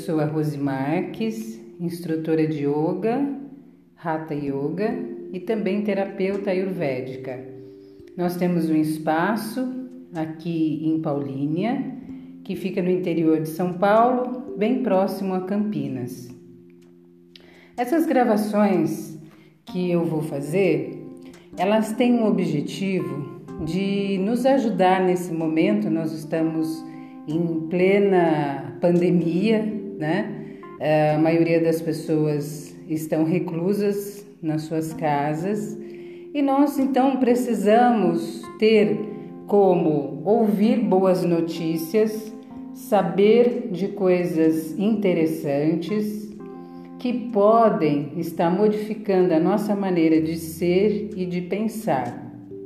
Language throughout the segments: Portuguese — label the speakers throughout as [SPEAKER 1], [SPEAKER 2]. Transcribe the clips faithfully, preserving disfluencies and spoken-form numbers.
[SPEAKER 1] sou a Rose Marques, instrutora de Yoga, Hatha Yoga e também terapeuta ayurvédica. Nós temos um espaço aqui em Paulínia, que fica no interior de São Paulo, bem próximo a Campinas. Essas gravações que eu vou fazer, elas têm o objetivo de nos ajudar nesse momento. Nós estamos em plena pandemia, né? A maioria das pessoas estão reclusas nas suas casas e nós então precisamos ter como ouvir boas notícias, saber de coisas interessantes que podem estar modificando a nossa maneira de ser e de pensar.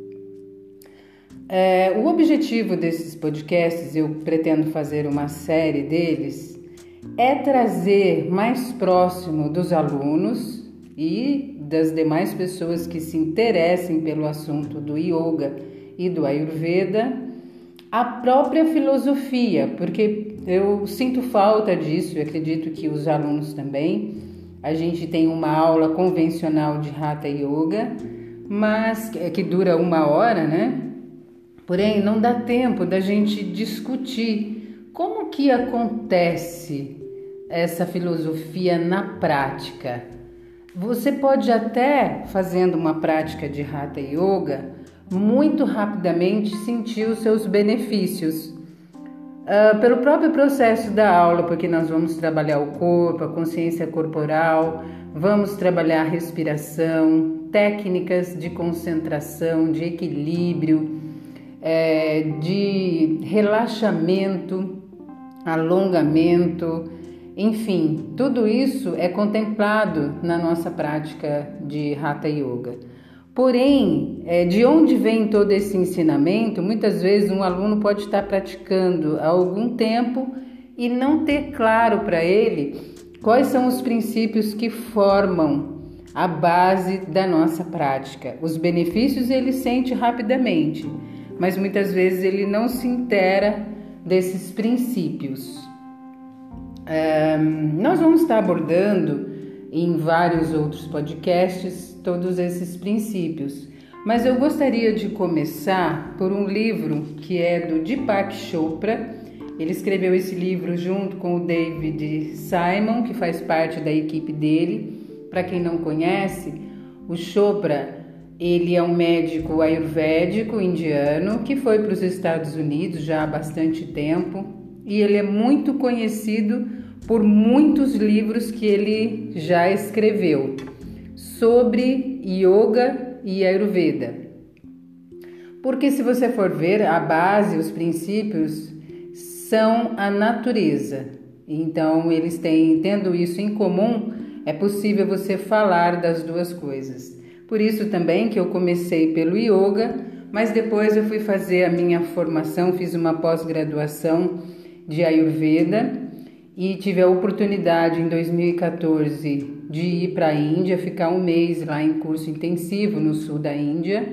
[SPEAKER 1] É, o objetivo desses podcasts, eu pretendo fazer uma série deles, é trazer mais próximo dos alunos e das demais pessoas que se interessem pelo assunto do yoga e do ayurveda, a própria filosofia, porque eu sinto falta disso e acredito que os alunos também. A gente tem uma aula convencional de Hatha Yoga, mas que dura uma hora, né? Porém, não dá tempo da gente discutir como que acontece essa filosofia na prática. Você pode até, fazendo uma prática de Hatha Yoga, muito rapidamente sentir os seus benefícios. Uh, pelo próprio processo da aula, porque nós vamos trabalhar o corpo, a consciência corporal, vamos trabalhar a respiração, técnicas de concentração, de equilíbrio, é, de relaxamento, alongamento, enfim, tudo isso é contemplado na nossa prática de Hatha Yoga. Porém, é, de onde vem todo esse ensinamento? Muitas vezes um aluno pode estar praticando há algum tempo e não ter claro para ele quais são os princípios que formam a base da nossa prática. Os benefícios ele sente rapidamente, mas muitas vezes ele não se inteira desses princípios. É, nós vamos estar abordando em vários outros podcasts todos esses princípios, mas eu gostaria de começar por um livro que é do Deepak Chopra. Ele escreveu esse livro junto com o David Simon, que faz parte da equipe dele. Para quem não conhece, o Chopra, ele é um médico ayurvédico indiano que foi para os Estados Unidos já há bastante tempo e ele é muito conhecido por muitos livros que ele já escreveu sobre yoga e ayurveda. Porque se você for ver, a base, os princípios são a natureza. Então, eles têm, tendo isso em comum, é possível você falar das duas coisas. Por isso também que eu comecei pelo yoga, mas depois eu fui fazer a minha formação, fiz uma pós-graduação de ayurveda e tive a oportunidade em dois mil e quatorze de ir para a Índia, ficar um mês lá em curso intensivo no sul da Índia.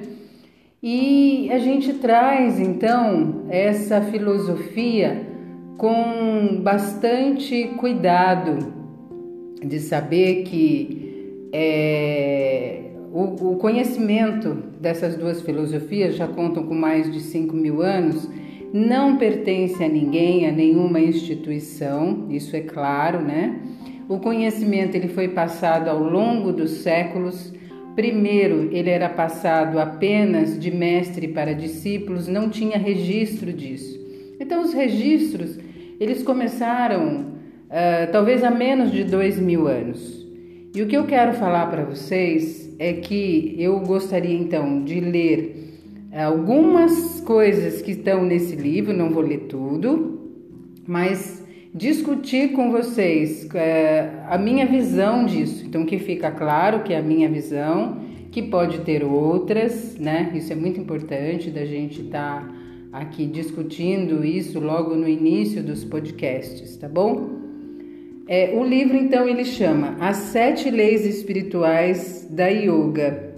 [SPEAKER 1] E a gente traz então essa filosofia com bastante cuidado de saber que é, o, o conhecimento dessas duas filosofias já contam com mais de cinco mil anos. Não pertence a ninguém, a nenhuma instituição, isso é claro, né? O conhecimento ele foi passado ao longo dos séculos. Primeiro, ele era passado apenas de mestre para discípulos, não tinha registro disso. Então, os registros, eles começaram uh, talvez há menos de dois mil anos. E o que eu quero falar para vocês é que eu gostaria, então, de ler algumas coisas que estão nesse livro, não vou ler tudo, mas discutir com vocês é, a minha visão disso. Então, que fica claro que é a minha visão, que pode ter outras, né? Isso é muito importante da gente estar tá aqui discutindo isso logo no início dos podcasts, tá bom? É, o livro, então, ele chama As Sete Leis Espirituais da Yoga.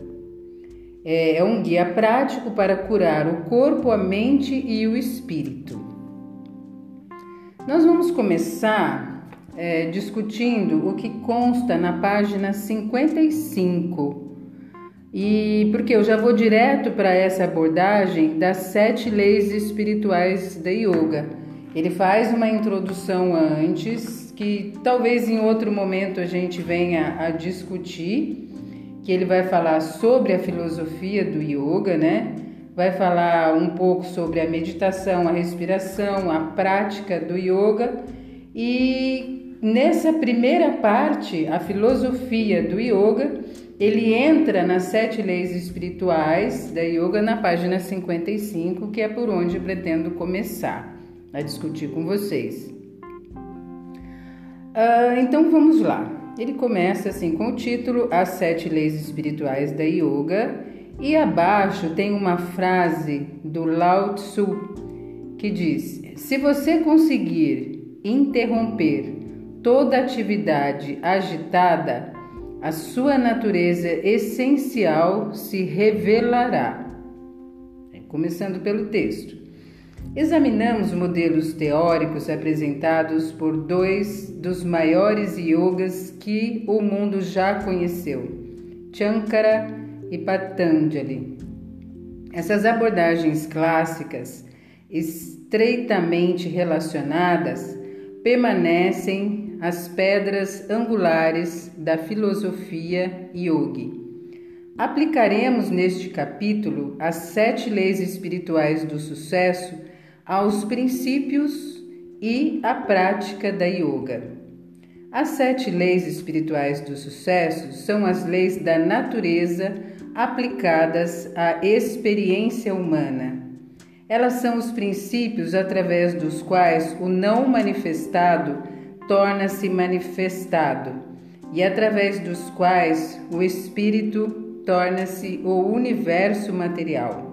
[SPEAKER 1] É um guia prático para curar o corpo, a mente e o espírito. Nós vamos começar é, discutindo o que consta na página cinquenta e cinco. E porque eu já vou direto para essa abordagem das sete leis espirituais da yoga. Ele faz uma introdução antes, que talvez em outro momento a gente venha a discutir, que ele vai falar sobre a filosofia do yoga, né? Vai falar um pouco sobre a meditação, a respiração, a prática do yoga. E nessa primeira parte, a filosofia do yoga, ele entra nas sete leis espirituais da yoga na página cinquenta e cinco, que é por onde eu pretendo começar a discutir com vocês. Uh, então vamos lá. Ele começa assim com o título As Sete Leis Espirituais da Yoga, e abaixo tem uma frase do Lao Tzu que diz: se você conseguir interromper toda atividade agitada, a sua natureza essencial se revelará. Começando pelo texto. Examinamos modelos teóricos apresentados por dois dos maiores yogas que o mundo já conheceu, Shankara e Patanjali. Essas abordagens clássicas, estreitamente relacionadas, permanecem as pedras angulares da filosofia yogi. Aplicaremos neste capítulo as sete leis espirituais do sucesso aos princípios e à prática da yoga. As sete leis espirituais do sucesso são as leis da natureza aplicadas à experiência humana. Elas são os princípios através dos quais o não manifestado torna-se manifestado e através dos quais o espírito torna-se o universo material.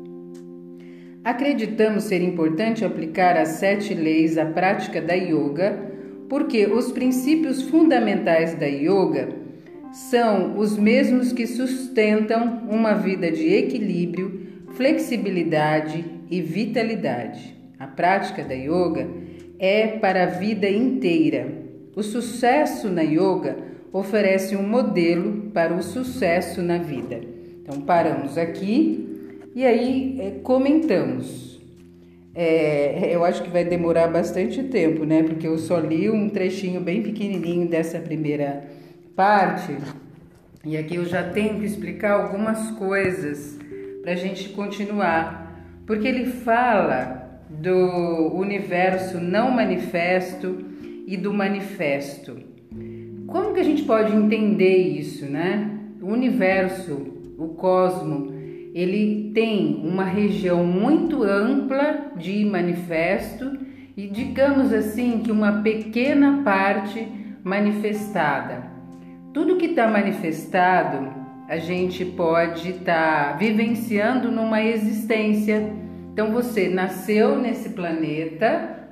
[SPEAKER 1] Acreditamos ser importante aplicar as sete leis à prática da yoga, porque os princípios fundamentais da yoga são os mesmos que sustentam uma vida de equilíbrio, flexibilidade e vitalidade. A prática da yoga é para a vida inteira. O sucesso na yoga oferece um modelo para o sucesso na vida. Então paramos aqui e aí é, comentamos. É, eu acho que vai demorar bastante tempo, né? Porque eu só li um trechinho bem pequenininho dessa primeira parte e aqui eu já tenho que explicar algumas coisas para a gente continuar, porque ele fala do universo não manifesto e do manifesto. Como que a gente pode entender isso, né? O universo, o cosmo, ele tem uma região muito ampla de manifesto e, digamos assim, que uma pequena parte manifestada. Tudo que está manifestado, a gente pode estar tá vivenciando numa existência. Então, você nasceu nesse planeta,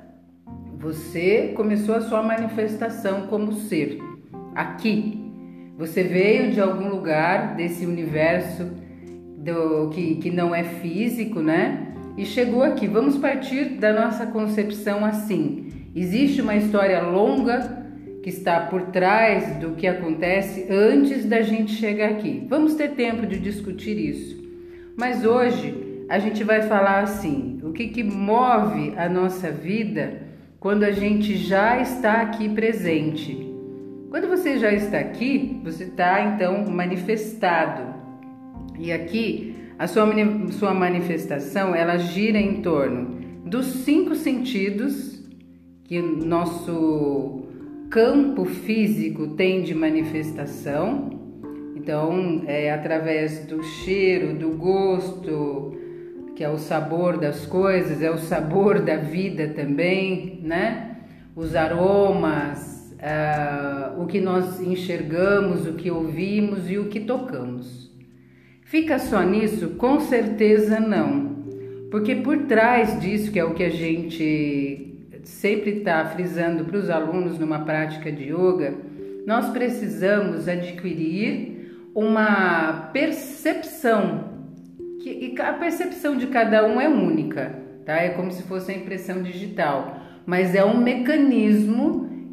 [SPEAKER 1] você começou a sua manifestação como ser. Aqui, você veio de algum lugar desse universo do, que, que não é físico, né? E chegou aqui. Vamos partir da nossa concepção assim. Existe uma história longa que está por trás do que acontece antes da gente chegar aqui. Vamos ter tempo de discutir isso. Mas hoje a gente vai falar assim, o que, que move a nossa vida quando a gente já está aqui presente. Quando você já está aqui, você está então manifestado. E aqui a sua, sua manifestação, ela gira em torno dos cinco sentidos que o nosso campo físico tem de manifestação. Então, é através do cheiro, do gosto, que é o sabor das coisas, é o sabor da vida também, né? Os aromas, Uh, o que nós enxergamos, o que ouvimos e o que tocamos. Fica só nisso? Com certeza não, porque por trás disso, que é o que a gente sempre está frisando para os alunos numa prática de yoga, nós precisamos adquirir uma percepção, que, e a percepção de cada um é única, tá? É como se fosse a impressão digital, mas é um mecanismo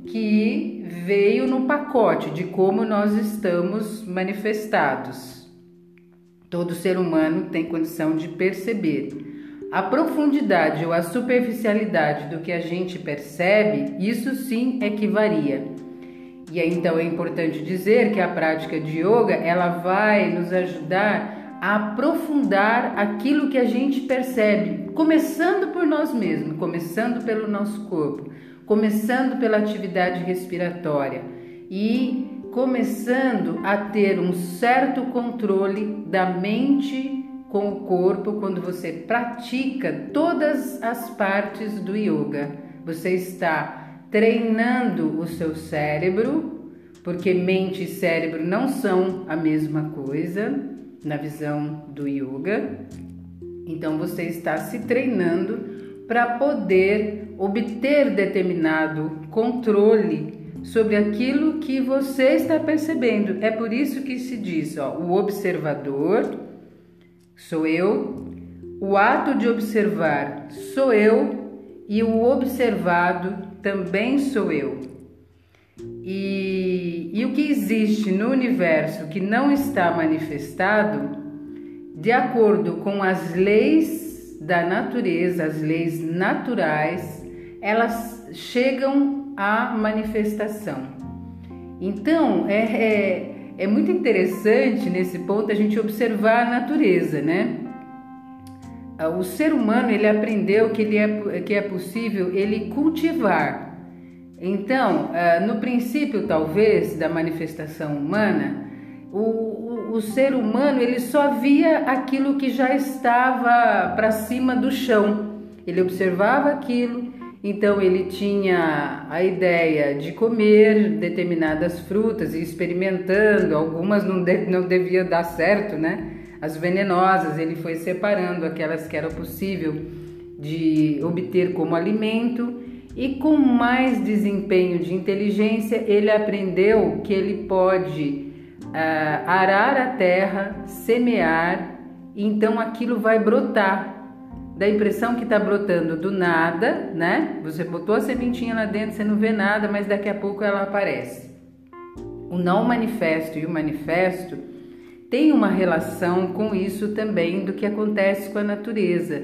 [SPEAKER 1] que veio no pacote de como nós estamos manifestados. Todo ser humano tem condição de perceber. A profundidade ou a superficialidade do que a gente percebe, isso sim é que varia. E aí, então é importante dizer que a prática de yoga, ela vai nos ajudar a aprofundar aquilo que a gente percebe, começando por nós mesmos, começando pelo nosso corpo, começando pela atividade respiratória e começando a ter um certo controle da mente com o corpo quando você pratica todas as partes do yoga. Você está treinando o seu cérebro, porque mente e cérebro não são a mesma coisa na visão do yoga. Então você está se treinando para poder obter determinado controle sobre aquilo que você está percebendo. É por isso que se diz, ó, o observador sou eu, o ato de observar sou eu e o observado também sou eu. E, e o que existe no universo que não está manifestado, de acordo com as leis da natureza, as leis naturais, elas chegam à manifestação. Então, é, é, é muito interessante nesse ponto a gente observar a natureza, né? O ser humano, ele aprendeu que, ele é, que é possível ele cultivar. Então, no princípio, talvez, da manifestação humana, o, o, o ser humano, ele só via aquilo que já estava para cima do chão. Ele observava aquilo, então ele tinha a ideia de comer determinadas frutas e experimentando, algumas não, de, não devia dar certo, né? As venenosas, ele foi separando aquelas que era possível de obter como alimento e com mais desempenho de inteligência ele aprendeu que ele pode uh, arar a terra, semear, e então aquilo vai brotar. Dá a impressão que está brotando do nada, né? Você botou a sementinha lá dentro, você não vê nada, mas daqui a pouco ela aparece. O não manifesto e o manifesto tem uma relação com isso também do que acontece com a natureza.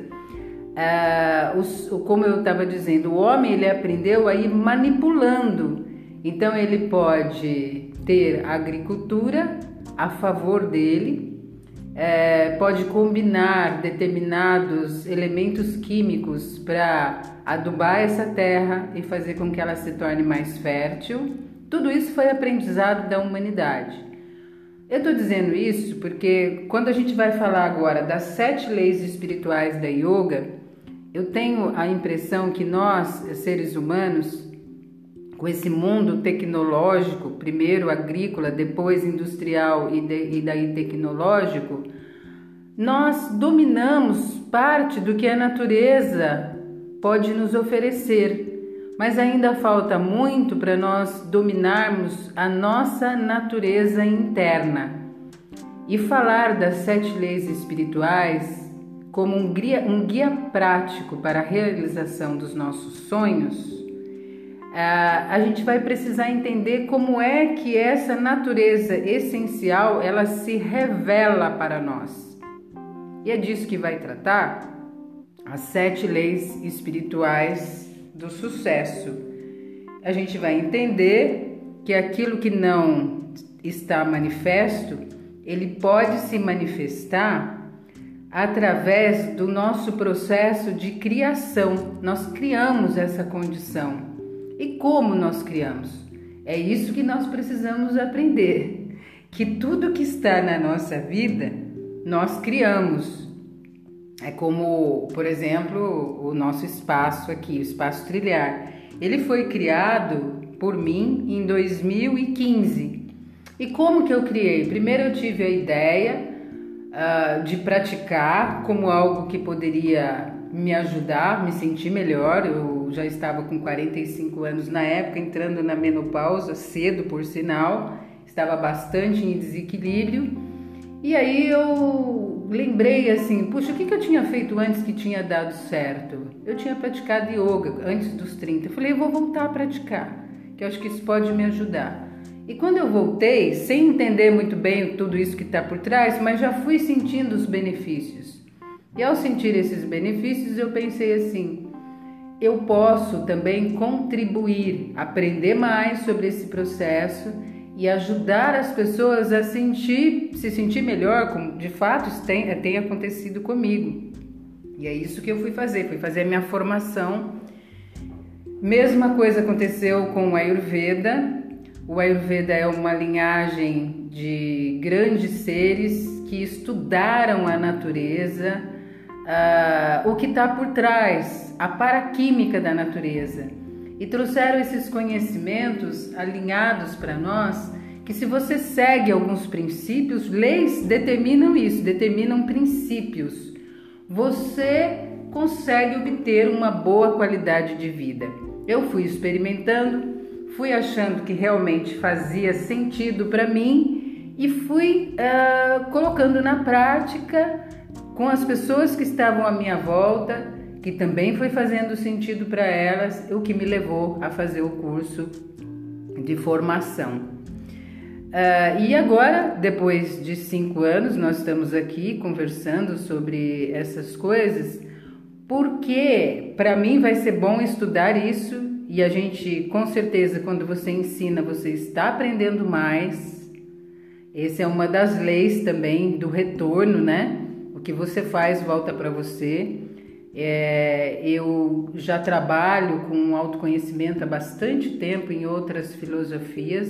[SPEAKER 1] Ah, os, como eu estava dizendo, o homem ele aprendeu a ir manipulando. Então ele pode ter a agricultura a favor dele, é, pode combinar determinados elementos químicos para adubar essa terra e fazer com que ela se torne mais fértil. Tudo isso foi aprendizado da humanidade. Eu estou dizendo isso porque quando a gente vai falar agora das sete leis espirituais da yoga, eu tenho a impressão que nós, seres humanos, com esse mundo tecnológico, primeiro agrícola, depois industrial e, de, e daí tecnológico, nós dominamos parte do que a natureza pode nos oferecer. Mas ainda falta muito para nós dominarmos a nossa natureza interna. E falar das sete leis espirituais como um guia, um guia prático para a realização dos nossos sonhos, a gente vai precisar entender como é que essa natureza essencial ela se revela para nós. E é disso que vai tratar as sete leis espirituais do sucesso. A gente vai entender que aquilo que não está manifesto, ele pode se manifestar através do nosso processo de criação. Nós criamos essa condição. E como nós criamos? É isso que nós precisamos aprender. Que tudo que está na nossa vida, nós criamos. É como, por exemplo, o nosso espaço aqui, o espaço trilhar. Ele foi criado por mim em dois mil e quinze. E como que eu criei? Primeiro eu tive a ideia uh, de praticar como algo que poderia me ajudar, me sentir melhor. Eu já estava com quarenta e cinco anos na época, entrando na menopausa, cedo por sinal, estava bastante em desequilíbrio. E aí eu lembrei assim, puxa, o que, que eu tinha feito antes que tinha dado certo? Eu tinha praticado yoga antes dos trinta. Eu falei, eu vou voltar a praticar. que eu acho que isso pode me ajudar. E quando eu voltei, sem entender muito bem tudo isso que está por trás, mas já fui sentindo os benefícios. E ao sentir esses benefícios, eu pensei assim, eu posso também contribuir, aprender mais sobre esse processo e ajudar as pessoas a sentir, se sentir melhor, como de fato isso tem, tem acontecido comigo. E é isso que eu fui fazer, fui fazer a minha formação. Mesma coisa aconteceu com o Ayurveda. O Ayurveda é uma linhagem de grandes seres que estudaram a natureza, uh, o que está por trás, a paraquímica da natureza, e trouxeram esses conhecimentos alinhados para nós, que se você segue alguns princípios, leis determinam isso, determinam princípios, você consegue obter uma boa qualidade de vida. Eu fui experimentando, fui achando que realmente fazia sentido para mim e fui uh, colocando na prática com as pessoas que estavam à minha volta, que também foi fazendo sentido para elas, o que me levou a fazer o curso de formação. Uh, e agora, depois de cinco anos, nós estamos aqui conversando sobre essas coisas, porque para mim vai ser bom estudar isso. E a gente, com certeza, quando você ensina, você está aprendendo mais. Essa é uma das leis também do retorno, né? O que você faz volta para você. É, eu já trabalho com autoconhecimento há bastante tempo em outras filosofias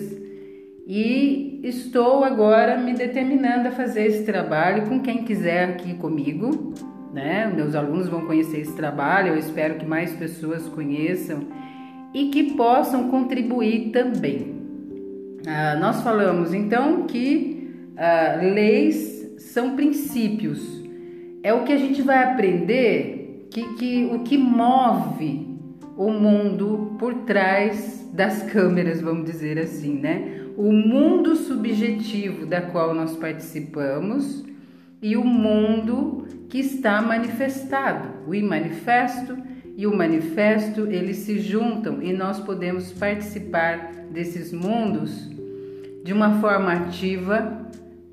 [SPEAKER 1] e estou agora me determinando a fazer esse trabalho com quem quiser aqui comigo, né? Meus alunos vão conhecer esse trabalho, eu espero que mais pessoas conheçam e que possam contribuir também. Ah, nós falamos então que ah, leis são princípios, é o que a gente vai aprender, que, que, o que move o mundo por trás das câmeras, vamos dizer assim, né? O mundo subjetivo da qual nós participamos e o mundo que está manifestado, o imanifesto e o manifesto, eles se juntam e nós podemos participar desses mundos de uma forma ativa,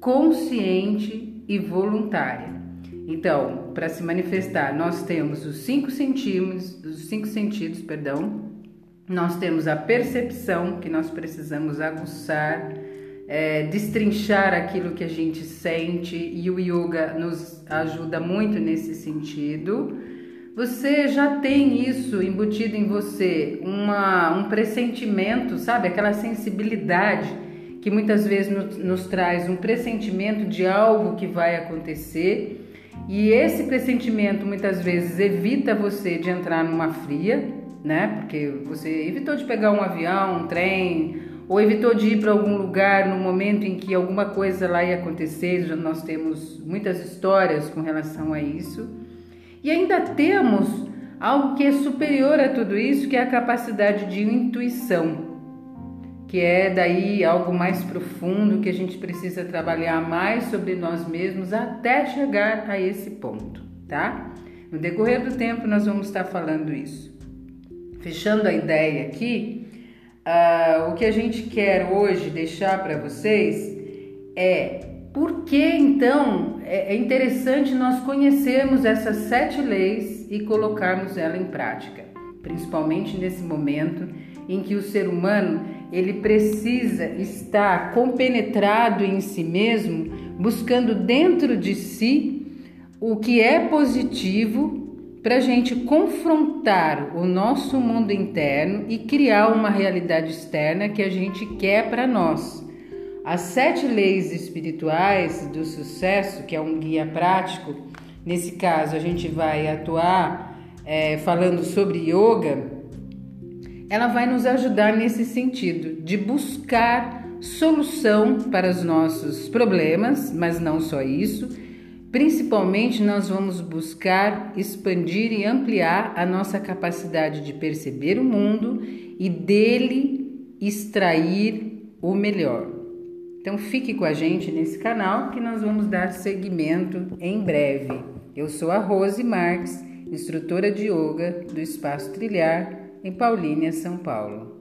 [SPEAKER 1] consciente e voluntária. Então, para se manifestar, nós temos os cinco sentidos, os cinco sentidos, perdão. Nós temos a percepção, que nós precisamos aguçar, é, destrinchar aquilo que a gente sente, e o yoga nos ajuda muito nesse sentido. Você já tem isso embutido em você, uma, um pressentimento, sabe? Aquela sensibilidade que muitas vezes nos, nos traz um pressentimento de algo que vai acontecer. E esse pressentimento muitas vezes evita você de entrar numa fria, né? Porque você evitou de pegar um avião, um trem, ou evitou de ir para algum lugar no momento em que alguma coisa lá ia acontecer. Já nós temos muitas histórias com relação a isso. E ainda temos algo que é superior a tudo isso, que é a capacidade de intuição, que é daí algo mais profundo, que a gente precisa trabalhar mais sobre nós mesmos até chegar a esse ponto, tá? No decorrer do tempo nós vamos estar falando isso. Fechando a ideia aqui, uh, o que a gente quer hoje deixar para vocês é por que então é interessante nós conhecermos essas sete leis e colocarmos ela em prática, principalmente nesse momento em que o ser humano ele precisa estar compenetrado em si mesmo, buscando dentro de si o que é positivo para a gente confrontar o nosso mundo interno e criar uma realidade externa que a gente quer para nós. As sete leis espirituais do sucesso, que é um guia prático, nesse caso a gente vai atuar é, falando sobre yoga, ela vai nos ajudar nesse sentido, de buscar solução para os nossos problemas, mas não só isso. Principalmente nós vamos buscar expandir e ampliar a nossa capacidade de perceber o mundo e dele extrair o melhor. Então fique com a gente nesse canal que nós vamos dar seguimento em breve. Eu sou a Rose Marques, instrutora de yoga do Espaço Trilhar em Paulínia, São Paulo.